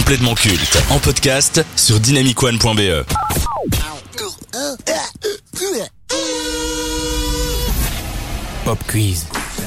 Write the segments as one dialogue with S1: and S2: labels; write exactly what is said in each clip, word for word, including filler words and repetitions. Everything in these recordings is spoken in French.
S1: complètement culte en podcast sur dynamic one point b e.
S2: Pop quiz.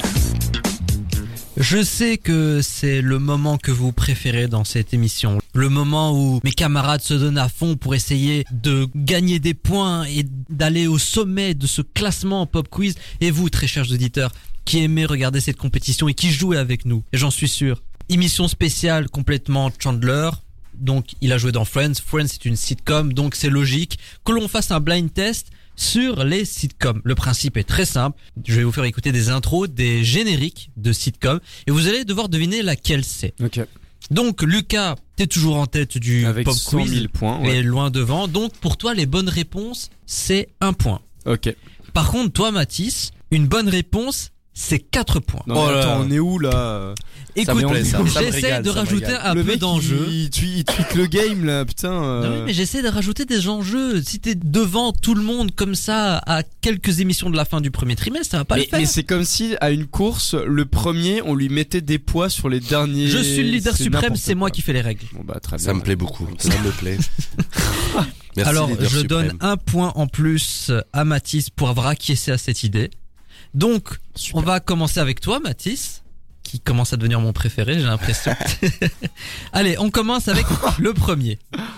S3: Je sais que c'est le moment que vous préférez dans cette émission. Le moment où mes camarades se donnent à fond pour essayer de gagner des points et d'aller au sommet de ce classement Pop Quiz. Et vous, très chers auditeurs, qui aimez regarder cette compétition et qui jouez avec nous, et j'en suis sûr. Émission spéciale complètement Chandler. Donc, il a joué dans Friends. Friends, c'est une sitcom, donc c'est logique que l'on fasse un blind test sur les sitcoms. Le principe est très simple. Je vais vous faire écouter des intros, des génériques de sitcoms, et vous allez devoir deviner laquelle c'est.
S4: Ok.
S3: Donc, Lucas, t'es toujours en tête du
S4: Avec
S3: Pop
S4: cent
S3: Quiz.
S4: mille points. Ouais.
S3: Et loin devant. Donc, pour toi, les bonnes réponses, c'est un point.
S4: Ok.
S3: Par contre, toi, Mathis, une bonne réponse, c'est quatre points.
S4: Non,
S2: Oh
S4: mais
S2: là
S4: attends,
S2: là.
S4: on est où là?
S3: Écoute,
S2: me plaît, ça. Ça me
S3: j'essaie
S2: régale,
S3: de
S2: ça me
S3: rajouter
S2: régale.
S3: un
S4: le
S3: peu
S4: mec,
S3: d'enjeu.
S4: il, il, tui- il tweak le game là, putain. euh.
S3: Non, oui, mais j'essaie de rajouter des enjeux. Si t'es devant tout le monde comme ça à quelques émissions de la fin du premier trimestre, ça va pas
S4: mais,
S3: le faire.
S4: mais c'est comme si à une course, le premier, on lui mettait des poids sur les derniers.
S3: Je suis le leader
S4: C'est
S3: suprême,
S4: n'importe
S3: c'est moi
S4: quoi.
S3: qui fais les règles.
S4: Bon bah très bien.
S2: Ça me plaît beaucoup, ça me plaît. Merci,
S3: Alors,
S2: leader
S3: je
S2: suprême.
S3: donne un point en plus à Mathis pour avoir acquiescé à cette idée. Donc,
S4: Super.
S3: on va commencer avec toi, Mathis, qui commence à devenir mon préféré, j'ai l'impression. Allez, on commence avec le premier.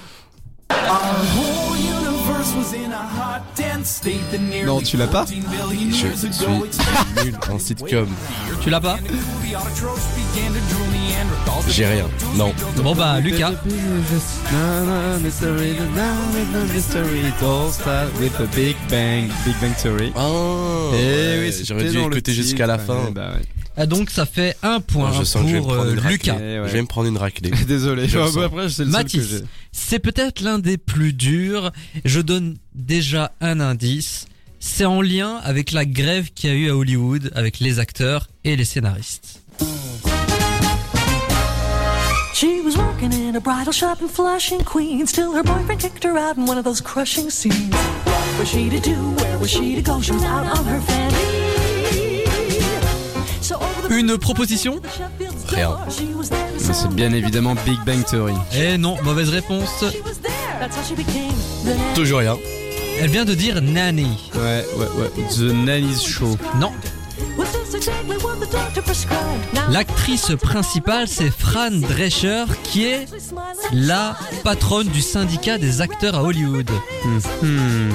S4: Non, tu l'as pas?
S2: Je suis nul en sitcom.
S3: Tu l'as pas?
S2: J'ai rien. Non.
S3: Bon bah, Lucas.
S4: With a Big Bang, Big Bang Theory.
S2: Oh,
S4: Eh oui, c'était
S2: j'aurais dû
S4: dans le
S2: écouter
S4: titre,
S2: jusqu'à la
S4: ouais,
S2: fin.
S4: bah ouais.
S3: Ah, donc, ça fait un point
S2: Oh, je sens que je vais me
S3: pour
S2: prendre
S3: euh,
S2: une raclée.
S3: Lucas.
S4: Eh ouais.
S2: Je vais me prendre une raclée.
S4: Désolé.
S2: Je le
S4: Bon,
S2: sens.
S4: après, c'est le seul que
S3: Mathis,
S4: j'ai.
S3: c'est peut-être l'un des plus durs. Je donne déjà un indice. C'est en lien avec la grève qu'il y a eu à Hollywood avec les acteurs et les scénaristes.
S5: She was working in a bridal shop in Flushing, Queens, till her boyfriend kicked her out in one of those crushing scenes. What was she to do? Where was she to go? She was out on her fanny. So over the
S3: Une proposition?
S2: Rien.
S4: Mais c'est bien évidemment Big Bang Theory.
S3: Eh non, mauvaise réponse.
S5: She was there. That's how she became the nanny.
S2: Toujours rien.
S3: Elle vient de dire nanny.
S4: Ouais, ouais, ouais. The Nanny's Show.
S3: Non.
S5: Was this exactly what the doctor prescribed? Now
S3: L'actrice principale, c'est Fran Drescher, qui est
S5: she's smiling.
S3: la patronne du syndicat des acteurs à Hollywood.
S4: Hmm.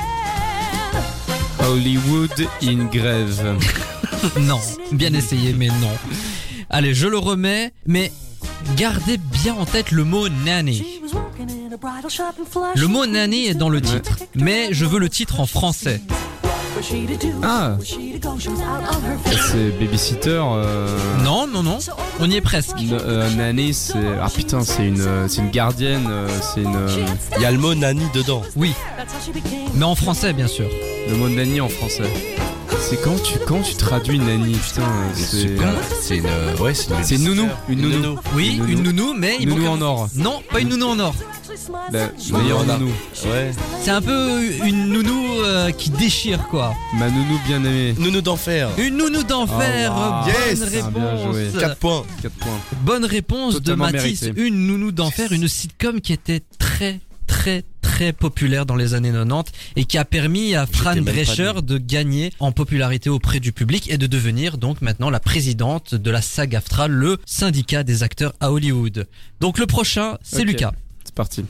S4: Hollywood in grève.
S3: Non, bien essayé, mais non. Allez, je le remets, mais gardez bien en tête le mot nanny.
S5: She was working in a bridal shop in Flushing,
S3: Le mot nanny est dans le
S5: Queens,
S3: titre,
S5: till her boyfriend
S3: mais
S5: kicked
S3: je
S5: her
S3: veux le
S5: out
S3: titre
S5: in
S3: en
S5: one of those
S3: français.
S5: scenes. What was she to do?
S4: Ah.
S5: Where was she to go? She was out on her fanny.
S4: C'est Babysitter. Euh...
S3: Non, non, non, on y est presque.
S4: N- euh, Nanny, c'est. Ah putain, c'est une, euh, c'est une gardienne. euh, C'est une. euh,
S2: Il y a le mot nanny dedans.
S3: Oui,
S5: That's how she became.
S3: mais en français, bien sûr.
S4: Le mot nanny en français. C'est quand tu quand tu traduis nanny, putain. euh, C'est.
S2: Super. C'est une. euh, Ouais, c'est une.
S4: C'est une nounou. Une nounou.
S3: Oui,
S4: Une
S3: une
S4: nounou.
S3: nounou, mais il
S4: Nounou
S3: manque un-
S4: en or.
S3: Non, pas une nounou en or.
S4: La
S2: Mais
S4: meilleure
S2: il y en a.
S4: nounou.
S2: Ouais.
S3: C'est un peu une nounou euh, qui déchire, quoi.
S4: Ma nounou bien aimée.
S2: Nounou d'enfer.
S3: Une nounou d'enfer.
S4: Oh, wow.
S3: Bonne
S2: Yes.
S4: Ah, bien joué.
S3: réponse.
S2: quatre points.
S4: quatre points.
S3: Bonne réponse
S4: Totalement
S3: de Mathis.
S4: mérité.
S3: Une nounou d'enfer, une sitcom qui était très très très populaire dans les années quatre-vingt-dix et qui a permis à Fran
S2: même pas
S3: Drescher
S2: né.
S3: de gagner en popularité auprès du public et de devenir donc maintenant la présidente de la SAG-AFTRA, le syndicat des acteurs à Hollywood. Donc le prochain, c'est
S4: Ok.
S3: Lucas.
S4: C'est parti.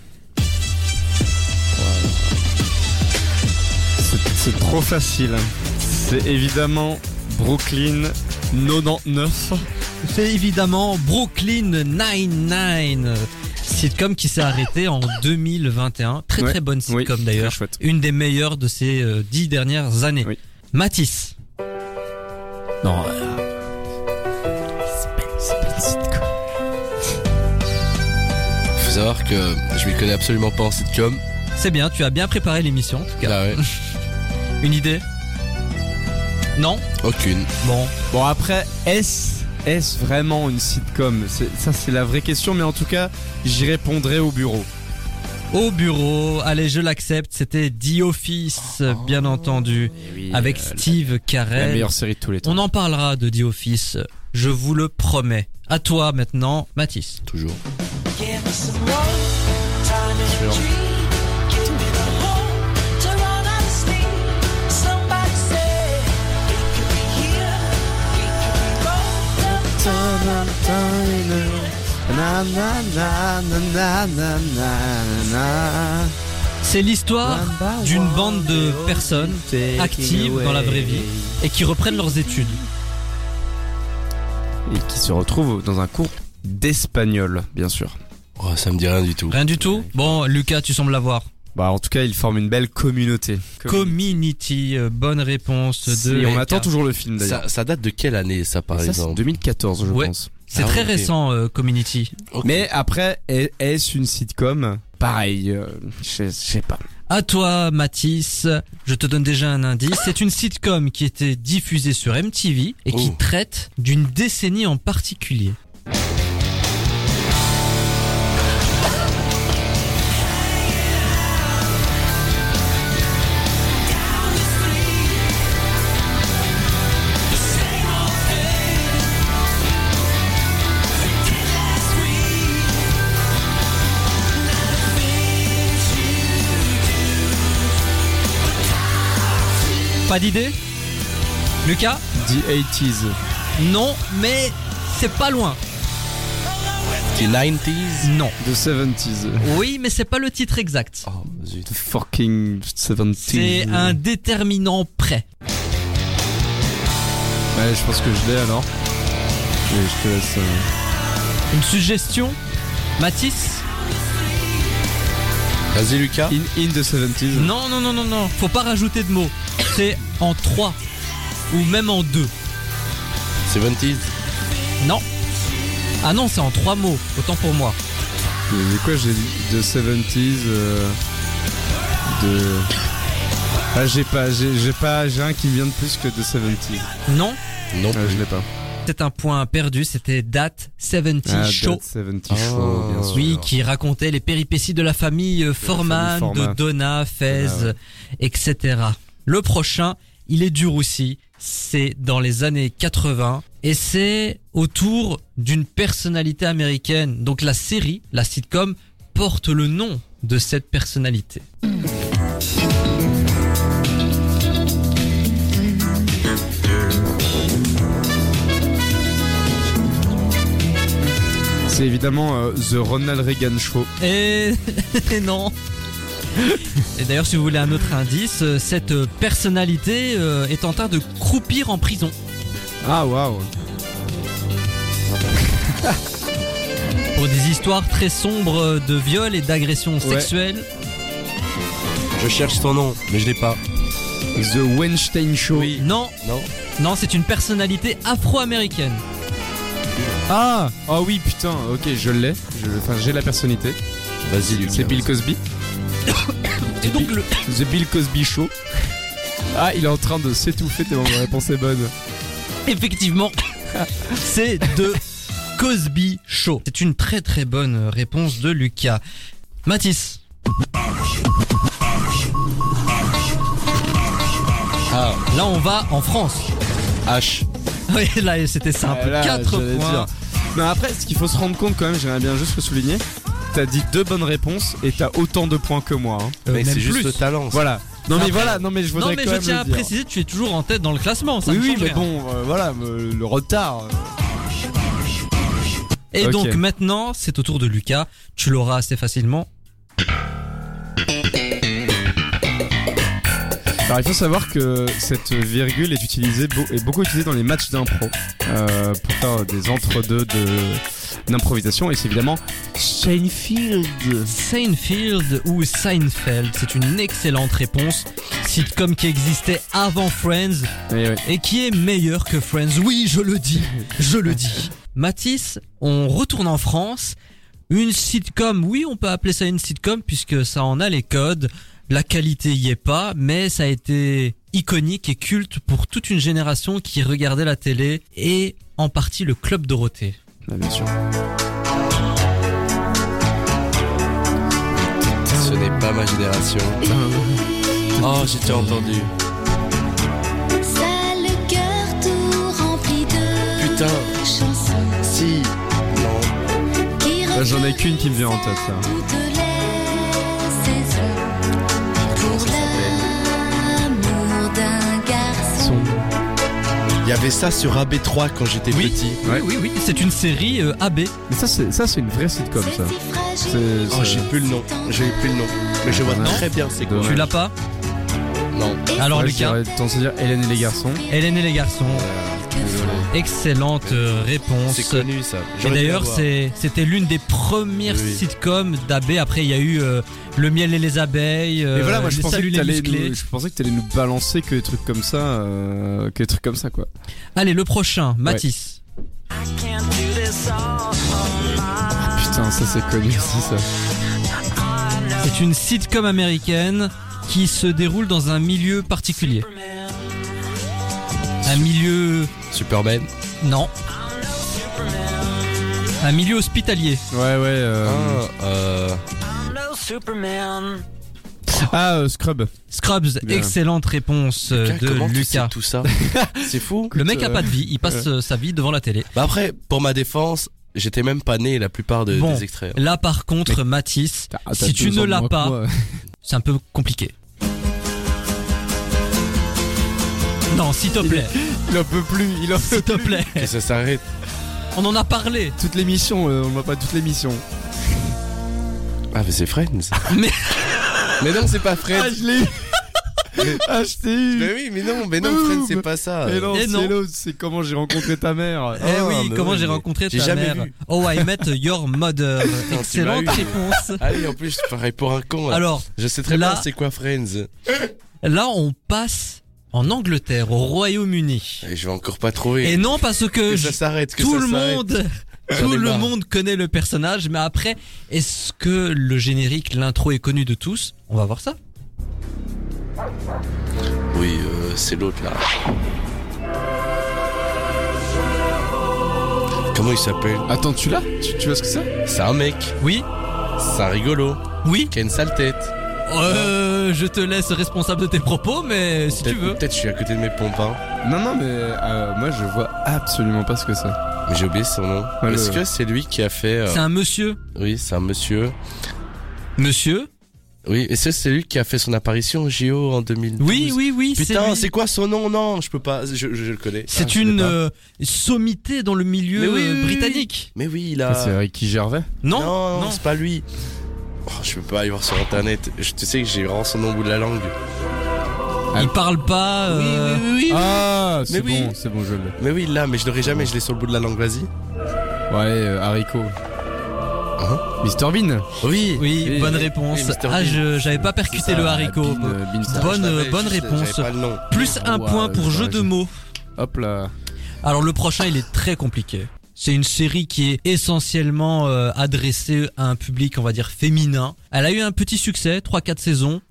S4: C'est- C'est trop facile. C'est évidemment Brooklyn quatre-vingt-dix-neuf.
S3: C'est évidemment Brooklyn Nine-Nine, sitcom qui s'est arrêté en deux mille vingt et un. Très
S4: Ouais.
S3: très bonne
S4: Oui,
S3: sitcom
S4: très
S3: d'ailleurs.
S4: chouette.
S3: Une des meilleures de ces euh, dix dernières années.
S4: Oui.
S3: Mathis.
S4: Non. euh, C'est pas une sitcom.
S2: Faut savoir que je m'y connais absolument pas en sitcom.
S3: C'est bien, tu as bien préparé l'émission en tout cas.
S2: Ah ouais.
S3: Une idée? Non?
S2: Aucune.
S3: Bon.
S4: Bon après, est-ce est-ce vraiment une sitcom? C'est- Ça c'est la vraie question, mais en tout cas, j'y répondrai au bureau.
S3: Au bureau, allez, je l'accepte, c'était The Office, bien entendu, avec
S4: euh,
S3: Steve
S4: La
S3: Carell.
S4: meilleure série de tous les temps.
S3: On en parlera de The Office, je vous le promets. À toi maintenant, Mathis.
S2: Toujours.
S5: Get Get me some more time in a dream. Give me the hope to run out of steam. Somebody say it could be here, it could be
S4: Na, na, na, na, na, na, na, na.
S3: C'est l'histoire d'une bande de personnes actives dans la vraie vie et qui reprennent leurs études.
S4: Et qui se retrouvent dans un cours d'espagnol, bien sûr.
S2: Oh, ça me dit rien du tout.
S3: Rien du tout. Bon, Lucas, tu sembles l'avoir.
S4: Bah, en tout cas, ils forment une belle communauté.
S3: Community, euh, bonne réponse de.
S4: Et on
S3: Lucas.
S4: attend toujours le film d'ailleurs.
S2: Ça, ça date de quelle année ça par
S4: Et ça,
S2: exemple
S4: c'est deux mille quatorze, je
S3: Ouais.
S4: pense.
S3: C'est
S2: Ah,
S3: très
S2: ok.
S3: récent, euh, Community.
S2: Ok.
S4: Mais après, est- est-ce une sitcom? Pareil, euh, je je sais pas.
S3: À toi, Mathis, je te donne déjà un indice. C'est une sitcom qui était diffusée sur M T V et qui
S2: Oh.
S3: traite d'une décennie en particulier. Pas d'idée, Lucas?
S4: The eighties.
S3: Non, mais c'est pas loin.
S2: The nineties.
S3: Non.
S4: The seventies.
S3: Oui, mais c'est pas le titre exact.
S2: Oh, zut.
S4: The fucking seventies.
S3: C'est un déterminant près.
S4: Ouais, je pense que je l'ai alors. Et je te laisse. euh,
S3: Une suggestion, Mathis?
S2: Vas-y Lucas.
S4: In, in the seventies.
S3: Non, non, non, non, non. Faut pas rajouter de mots. C'est en trois. Ou même en deux.
S2: seventies.
S3: Non. Ah non, c'est en trois mots. Autant pour moi.
S4: Mais quoi, j'ai dit The seventies. Euh, de. Ah, j'ai pas, j'ai, j'ai pas, j'ai un qui me vient de plus que The seventies.
S3: Non.
S2: Non.
S4: Ah, je l'ai pas.
S3: C'est un point perdu. C'était That soixante-dix
S4: Ah,
S3: Show.
S4: That seventies
S2: Oh.
S4: Show, bien sûr.
S3: Oui, qui racontait les péripéties de la famille euh, Foreman,
S4: famille
S3: de
S4: Foreman.
S3: Donna, Fez,
S4: Ah ouais.
S3: et cetera. Le prochain, il est dur aussi. C'est dans les années quatre-vingts et c'est autour d'une personnalité américaine. Donc la série, la sitcom, porte le nom de cette personnalité.
S4: C'est évidemment euh, The Ronald Reagan Show.
S3: Et, et non. Et d'ailleurs, si vous voulez un autre indice, euh, cette personnalité euh, est en train de croupir en prison.
S4: Ah, waouh.
S3: Pour des histoires très sombres de viol et d'agressions sexuelles.
S2: Je cherche son nom, mais je l'ai pas.
S4: The Weinstein Show.
S2: Oui.
S3: Non,
S2: Non.
S3: non, c'est une personnalité afro-américaine.
S4: Ah, ah oui, putain, ok, je l'ai. Je- Enfin, j'ai la personnalité.
S2: Vas-y Lucas.
S4: C'est Bill Cosby.
S3: Et donc le,
S4: The Bill Cosby Show. Ah, il est en train de s'étouffer tellement la réponse est bonne.
S3: effectivement, c'est de Cosby Show. C'est une très très bonne réponse de Lucas. Mathis.
S2: Ah,
S3: Là, on va en France.
S2: H.
S3: Oui, là, c'était simple.
S4: Ah, là,
S3: quatre
S4: j'allais
S3: points.
S4: dire. Non, après, ce qu'il faut se rendre compte quand même, j'aimerais bien juste le souligner. T'as dit deux bonnes réponses et t'as autant de points que moi. Hein.
S3: Euh,
S2: mais
S3: même
S2: c'est juste
S3: plus.
S2: le talent. ça.
S4: Voilà. Non mais
S3: Après-
S4: voilà, non mais je voudrais
S3: Non, mais
S4: quand
S3: je
S4: même
S3: tiens
S4: le
S3: à
S4: dire.
S3: préciser, tu es toujours en tête dans le classement. Ça
S4: Oui,
S3: ne
S4: oui,
S3: change
S4: mais
S3: rien.
S4: bon, euh, voilà, euh, le retard. euh.
S3: Et
S4: Ok.
S3: donc maintenant, c'est au tour de Lucas. Tu l'auras assez facilement.
S4: Alors il faut savoir que cette virgule est utilisée, beau- est beaucoup utilisée dans les matchs d'impro euh, pour faire des entre-deux de d'improvisation et c'est évidemment Seinfeld.
S3: Seinfeld ou Seinfeld, c'est une excellente réponse. Sitcom qui existait avant Friends
S4: Oui, oui.
S3: et qui est meilleur que Friends. Oui, je le dis, je le dis. Mathis, on retourne en France. Une sitcom, oui, on peut appeler ça une sitcom puisque ça en a les codes. La qualité y est pas, mais ça a été iconique et culte pour toute une génération qui regardait la télé et en partie le Club Dorothée.
S4: Ah, bien sûr.
S2: Ce n'est pas ma génération. Oh, j'ai déjà entendu.
S6: Ça le cœur tout rempli de
S2: Putain.
S6: chansons
S2: Si. Non.
S6: qui
S4: Là, je j'en ai qu'une qui me vient en tête là.
S6: Toutes les saisons pour l'amour d'un garçon.
S2: Il y avait ça sur A B trois quand j'étais
S3: Oui.
S2: petit.
S4: Ouais.
S3: Oui, oui, c'est une série euh, A B.
S4: Mais ça c'est ça c'est une vraie sitcom ça. C'est,
S2: Oh,
S4: c'est-
S2: j'ai plus le nom. J'ai plus le nom. Mais je vois
S4: Non.
S2: très bien c'est quoi.
S4: Dommage.
S3: Tu l'as pas?
S2: Non.
S3: Alors
S4: Ouais,
S3: Lucas,
S4: j'aurais tendance à dire Hélène et les garçons.
S3: Hélène et les garçons.
S4: Désolé.
S3: Excellente euh, réponse.
S2: C'est connu ça.
S3: Et
S2: J'aurais dû
S3: d'ailleurs,
S2: l'avoir.
S3: c'est, c'était l'une des premières
S2: Oui, oui.
S3: sitcoms d'A B. Après, il y a eu euh, Le miel et les abeilles, euh,
S4: Et voilà, moi je
S3: Les
S4: pensais,
S3: saluts
S4: que
S3: les
S4: t'allais
S3: musclés.
S4: nous, je pensais que t'allais nous balancer que des trucs comme ça, euh, que des trucs comme ça quoi.
S3: Allez, le prochain, Mathis.
S4: Putain, ça c'est connu aussi ça.
S3: C'est une sitcom américaine qui se déroule dans un milieu particulier. Un milieu...
S2: Superman.
S3: Non. Un milieu hospitalier.
S4: Ouais ouais. Euh...
S2: Ah, euh...
S4: Ah, euh, Scrub.
S3: Scrubs,
S4: Bien.
S3: excellente réponse euh,
S2: Lucas,
S3: de
S2: comment tu sais
S3: Lucas.
S2: tout ça? C'est fou.
S3: Le mec a
S4: euh,
S3: pas de vie, il passe euh, sa vie devant la télé.
S2: Bah après, pour ma défense, j'étais même pas né la plupart de-
S3: Bon.
S2: des extraits.
S3: Là par contre, Mathis,
S4: T'as- t'as
S3: si tu
S4: deux
S3: ne
S4: ans de
S3: l'as
S4: moins que
S3: pas,
S4: moi.
S3: c'est un peu compliqué. Non, s'il te plaît,
S4: Il en peut plus, il en peut
S3: s'il te plaît.
S2: Que ça s'arrête.
S3: On en a parlé.
S4: toute l'émission, euh, on voit pas toute l'émission.
S2: Ah mais c'est Friends.
S3: Mais-
S2: mais non, c'est pas Friends.
S4: Ah, je l'ai eu. Ah, je t'ai eu.
S2: Mais oui, mais non, mais non,
S4: Boum.
S2: Friends, c'est pas ça.
S4: Et non,
S3: Et
S4: c'est
S3: non.
S4: l'autre, c'est comment j'ai rencontré ta mère.
S3: Eh
S2: Ah,
S3: oui,
S2: mais
S3: comment
S2: ouais,
S3: j'ai
S2: mais
S3: rencontré
S2: j'ai
S3: ta
S2: jamais
S3: mère.
S2: vu.
S3: Oh, I met your mother.
S2: tu
S3: Excellente
S2: m'as eu.
S3: réponse.
S2: Allez, en plus, pareil pour un con. là.
S3: Alors,
S2: je sais très
S3: là-
S2: bien c'est quoi Friends.
S3: là, on passe en Angleterre, au Royaume-Uni.
S2: Et je vais encore pas trouver.
S3: Et non parce que
S2: que
S3: je-
S2: ça s'arrête, que
S3: tout
S2: ça
S3: le
S2: s'arrête.
S3: monde,
S2: J'en
S3: tout
S2: ai
S3: le
S2: marre.
S3: monde connaît le personnage, mais après, est-ce que le générique, l'intro est connu de tous? On va voir ça.
S2: Oui, euh, c'est l'autre là. Comment il s'appelle?
S4: Attends, tu l'as tu, tu vois ce que c'est?
S2: C'est un mec.
S3: Oui,
S2: C'est un rigolo.
S3: oui.
S2: Qui a une sale tête.
S3: Euh, je te laisse responsable de tes propos, mais si tu
S2: Peut-être
S3: veux.
S2: peut-être je suis à côté de mes pompes. Hein.
S4: Non, non, mais euh, moi je vois absolument pas ce que c'est.
S2: Mais j'ai oublié son nom.
S4: Ouais,
S2: Est-ce
S4: le-
S2: que c'est lui qui a fait. euh,
S3: C'est un monsieur.
S2: Oui, c'est un monsieur.
S3: Monsieur.
S2: Oui, et c'est c'est lui qui a fait son apparition au J O en deux mille douze.
S3: Oui, oui, oui.
S2: Putain,
S3: lui.
S2: c'est quoi son nom? Non, je peux pas. Je, je, je le connais.
S3: C'est
S2: Ah, je l'ai
S3: une
S2: pas.
S3: euh, sommité dans le milieu
S2: Mais oui,
S3: euh,
S2: oui, oui,
S3: britannique.
S2: Mais oui, il
S4: Ça,
S2: a.
S4: C'est Ricky Gervais.
S3: Non,
S2: non,
S3: non.
S2: c'est pas lui. Oh, je peux pas aller voir sur internet. Je, tu sais que j'ai vraiment son nom au bout de la langue.
S3: Il parle pas. euh,
S2: oui, oui.
S4: Ah, c'est
S2: Mais oui.
S4: bon, c'est bon, je l'ai.
S2: Mais oui, là, mais je l'aurai jamais. Je l'ai sur le bout de la langue. Vas-y.
S4: Ouais, euh, haricot.
S2: Hein
S4: Mister Bean.
S2: Oui.
S3: Oui,
S4: Oui,
S3: bonne
S4: oui,
S3: réponse.
S2: oui, mister
S3: ah,
S2: Bean.
S3: je j'avais pas percuté
S2: C'est ça,
S3: le haricot.
S4: Bean, euh, Bean Star.
S3: Bonne,
S2: Je l'avais,
S3: bonne
S2: je-
S3: réponse.
S2: J'avais pas le nom.
S3: Plus un
S4: Ouais,
S3: point pour
S4: je
S3: jeu
S4: vois,
S3: de
S4: je-
S3: mots.
S4: Hop là.
S3: Alors le prochain, il est très compliqué. C'est une série qui est essentiellement euh, adressée à un public, on va dire, féminin. Elle a eu un petit succès, trois quatre saisons.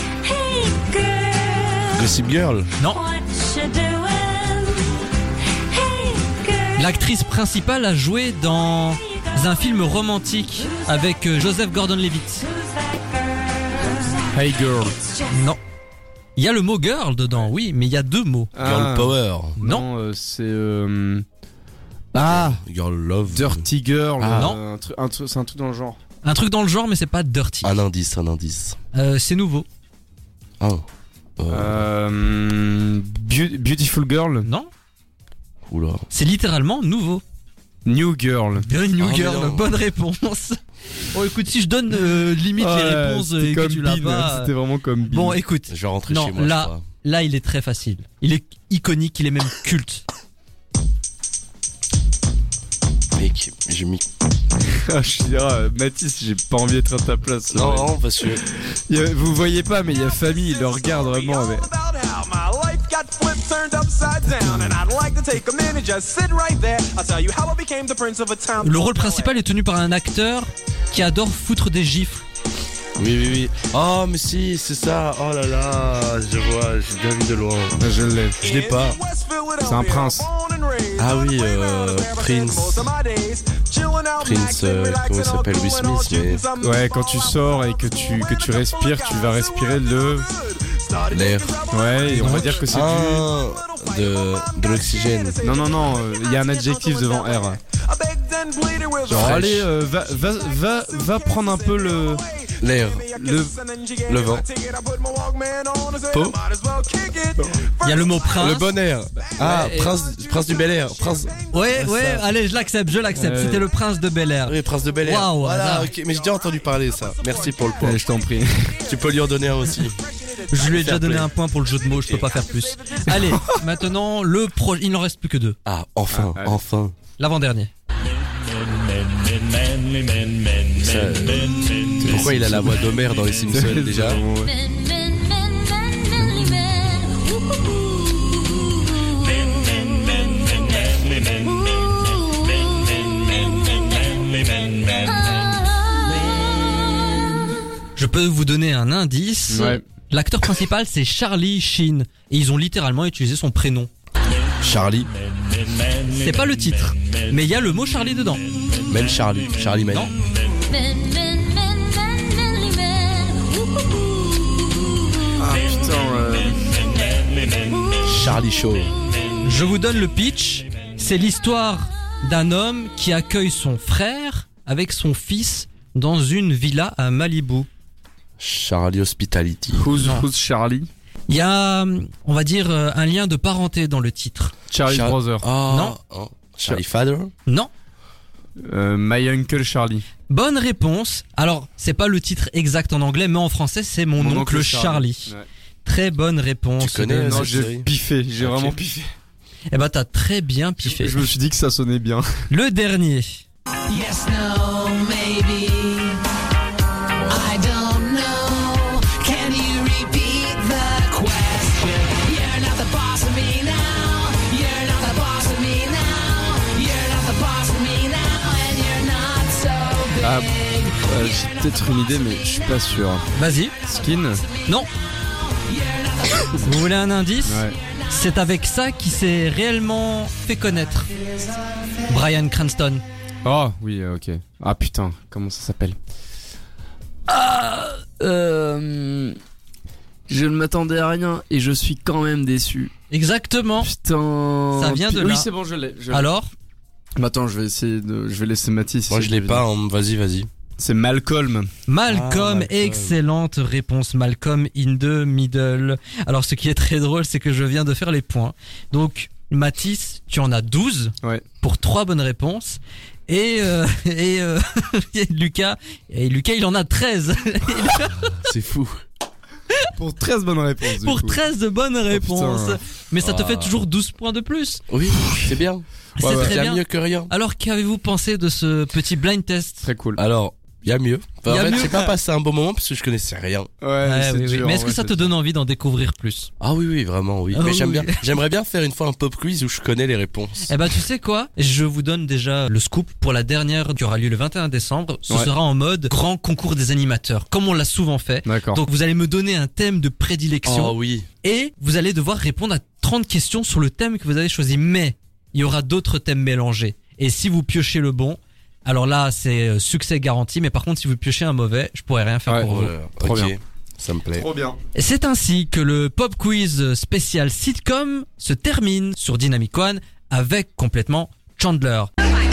S2: Gossip Girl.
S3: Non, l'actrice principale a joué dans un film romantique avec euh, Joseph Gordon-Levitt.
S4: Hey girl.
S3: Non. Il y a le mot girl dedans, oui, mais il y a deux mots.
S2: Girl
S4: Ah,
S2: Power.
S3: Non.
S4: euh, c'est. Euh... Ah,
S2: Girl Love.
S4: Dirty Girl.
S3: Ah,
S4: euh,
S3: non.
S4: un truc- un truc- c'est un truc dans le genre.
S3: Un truc dans le genre, mais c'est pas dirty.
S2: Un indice, un indice.
S3: Euh, c'est nouveau.
S2: Ah. Euh,
S4: Euh, Beau- Beautiful Girl.
S3: Non,
S2: Oula.
S3: c'est littéralement nouveau.
S4: New Girl.
S3: Bien, New
S2: Oh, mais
S3: Girl,
S2: non.
S3: bonne réponse. Bon, écoute, si je donne euh, limite les
S4: Ouais,
S3: réponses
S4: c'était
S3: et que
S4: comme
S3: tu l'as
S4: Bean,
S3: pas.
S4: C'était vraiment comme Bean.
S3: Bon, écoute,
S2: Je vais rentrer
S3: Non,
S2: chez moi.
S3: là-
S2: je crois.
S3: là, il est très facile. Il est iconique, il est même culte.
S2: Mec, j'ai mis.
S4: Ah, je suis ah, Mathis, j'ai pas envie d'être à ta place.
S2: Non,
S4: Ouais.
S2: non, parce que.
S4: Il y a- vous voyez pas, mais il y a famille, il le regarde vraiment. Mais...
S3: Le rôle principal est tenu par un acteur qui adore foutre des gifles.
S2: Oui, oui, oui. Oh, mais si, c'est ça. Oh là là. Je vois, j'ai bien vu de loin.
S4: Ah, je l'ai.
S2: Je l'ai pas.
S4: C'est un prince.
S2: Ah oui, euh. Prince. Prince, euh, comment il s'appelle? Will Smith, mais.
S4: Ouais, quand tu sors et que tu, que tu respires, tu vas respirer le.
S2: L'air.
S4: Ouais, et on va dire que c'est
S2: Ah, de, de l'oxygène.
S4: du. Non, non, non, euh, il y a un adjectif devant R. Genre, allez, euh, va, va, va, va prendre un peu le.
S2: L'air.
S4: Le,
S2: le vent. Peau.
S3: Il y a le mot prince.
S2: Le bon air. Ah,
S3: Ouais,
S2: prince, prince du Bel Air. Prince.
S3: Ouais, ouais,
S2: ça.
S3: allez, je l'accepte, je l'accepte.
S4: Euh,
S3: C'était le prince de Bel Air.
S2: Oui, prince de Bel Air.
S3: Waouh,
S2: Voilà,
S3: là.
S2: ok. Mais j'ai déjà entendu parler ça. Merci pour le point.
S4: Allez, je t'en prie.
S2: Tu peux lui en donner un aussi.
S3: Je lui ai déjà
S2: Fair
S3: donné
S2: play.
S3: un point pour le jeu de mots, je peux pas faire plus. Allez, maintenant, le pro... il n'en reste plus que deux.
S2: Ah, enfin,
S4: Ah, allez.
S2: enfin.
S3: L'avant-dernier.
S2: Ça, euh, pourquoi il a la voix d'Homer dans les Simpsons déjà?
S6: Men, men, men, men, manly men.
S3: Je peux vous donner un indice.
S4: Ouais.
S3: L'acteur principal, c'est Charlie Sheen. Et ils ont littéralement utilisé son prénom.
S2: Charlie.
S3: C'est pas le titre, mais il y a le mot Charlie dedans.
S2: Men Charlie. Charlie Men.
S3: Non.
S6: Men, men, men, men, manly men.
S4: Ah putain, euh...
S2: Charlie Show.
S3: Je vous donne le pitch. C'est l'histoire d'un homme qui accueille son frère avec son fils dans une villa à Malibu.
S2: Charlie Hospitality.
S4: Who's,
S3: Non.
S4: who's Charlie?
S3: Il y a, on va dire, euh, un lien de parenté dans le titre.
S4: Charlie
S2: Char-
S4: Brother.
S2: Oh,
S3: Non.
S2: oh. Charlie Father.
S3: Non.
S4: Euh, My Uncle Charlie.
S3: Bonne réponse. Alors, c'est pas le titre exact en anglais, mais en français, c'est Mon, oncle, Charlie.
S4: Ouais.
S3: Très bonne réponse.
S2: Tu connais,
S3: de-
S2: euh,
S4: Non,
S2: cette
S4: j'ai
S2: série.
S4: piffé, j'ai
S2: Ok.
S4: vraiment piffé.
S3: Eh ben, t'as très bien
S4: Je,
S3: piffé.
S4: je me suis dit que ça sonnait bien.
S3: Le dernier.
S5: Yes, no, maybe. I don't know. Can you repeat the question? You're not the boss of me now. You're not the boss of me now. You're not the boss of me now. And you're not so big.
S4: Ah, euh, j'ai peut-être une idée, mais je suis pas sûr.
S3: Vas-y.
S4: Skin?
S3: Non. Vous voulez un indice?
S4: Ouais.
S3: C'est avec ça qu'il s'est réellement fait connaître. Bryan Cranston.
S4: Oh, oui, euh, ok. Ah putain, comment ça s'appelle?
S7: Euh, je ne m'attendais à rien et je suis quand même déçu.
S3: Exactement.
S7: Putain.
S3: Ça vient de
S7: oui,
S3: là.
S7: c'est bon, je l'ai. je l'ai.
S3: Alors,
S4: Mais attends, je vais essayer de. Je vais laisser Mathis.
S2: Moi, je
S4: essayer
S2: l'ai
S4: de
S2: pas.
S4: deviner.
S2: hein. Vas-y, vas-y.
S4: C'est Malcolm.
S3: Malcolm,
S2: Ah, Malcolm.
S3: excellente réponse. Malcolm in the middle. Alors, ce qui est très drôle, c'est que je viens de faire les points. Donc, Mathis, tu en as douze
S4: Ouais.
S3: pour trois bonnes réponses. Et, euh, et, euh, et Lucas, et Lucas, il en a treize.
S2: C'est fou.
S4: Pour treize bonnes réponses. du
S3: pour
S4: coup.
S3: treize de bonnes réponses.
S4: putain.
S3: Mais ça te
S2: Ah.
S3: fait toujours douze points de plus.
S2: Oui, c'est bien.
S3: C'est
S4: ouais.
S3: très
S2: Il y a
S3: bien.
S2: mieux que rien.
S3: Alors, qu'avez-vous pensé de ce petit blind test?
S4: Très cool.
S2: Alors, il y a mieux. Enfin,
S3: Y a
S2: en fait,
S3: mieux.
S2: j'ai pas passé un bon moment parce que je connaissais rien.
S4: Ouais,
S3: Ouais,
S4: c'est
S3: oui, oui.
S4: dur,
S3: Mais est-ce que
S4: ouais,
S3: ça
S4: c'est
S3: te
S4: dur.
S3: donne envie d'en découvrir plus?
S2: Ah oui, oui, vraiment, oui.
S3: Ah
S2: Mais
S3: oui,
S2: j'aime
S3: oui.
S2: bien. J'aimerais bien faire une fois un pop quiz où je connais les réponses.
S3: Eh ben, tu sais quoi? Je vous donne déjà le scoop pour la dernière qui aura lieu le vingt et un décembre. Ce
S4: Ouais.
S3: sera en mode grand concours des animateurs, comme on l'a souvent fait.
S4: D'accord.
S3: Donc, vous allez me donner un thème de prédilection
S2: Oh oui.
S3: et vous allez devoir répondre à trente questions sur le thème que vous avez choisi. Mais, il y aura d'autres thèmes mélangés. Et si vous piochez le bon, alors là, c'est euh, succès garanti. Mais par contre, si vous piochez un mauvais, je pourrais rien faire
S4: Ouais.
S3: pour vous.
S2: Voilà.
S4: Trop
S2: Ok.
S4: bien.
S2: Ça me plaît.
S4: Trop bien.
S3: Et c'est ainsi que le pop quiz spécial sitcom se termine sur Dynamic One avec complètement Chandler.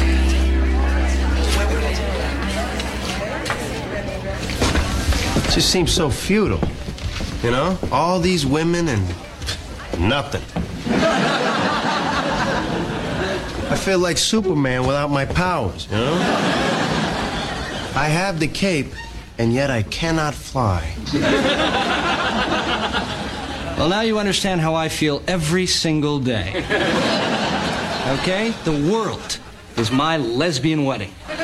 S8: It just seems so futile. You know? All these women and nothing. I feel like Superman without my powers, you know? I have the cape, and yet I cannot fly.
S9: Well, now you understand how I feel every single day. Okay? The world is my lesbian wedding.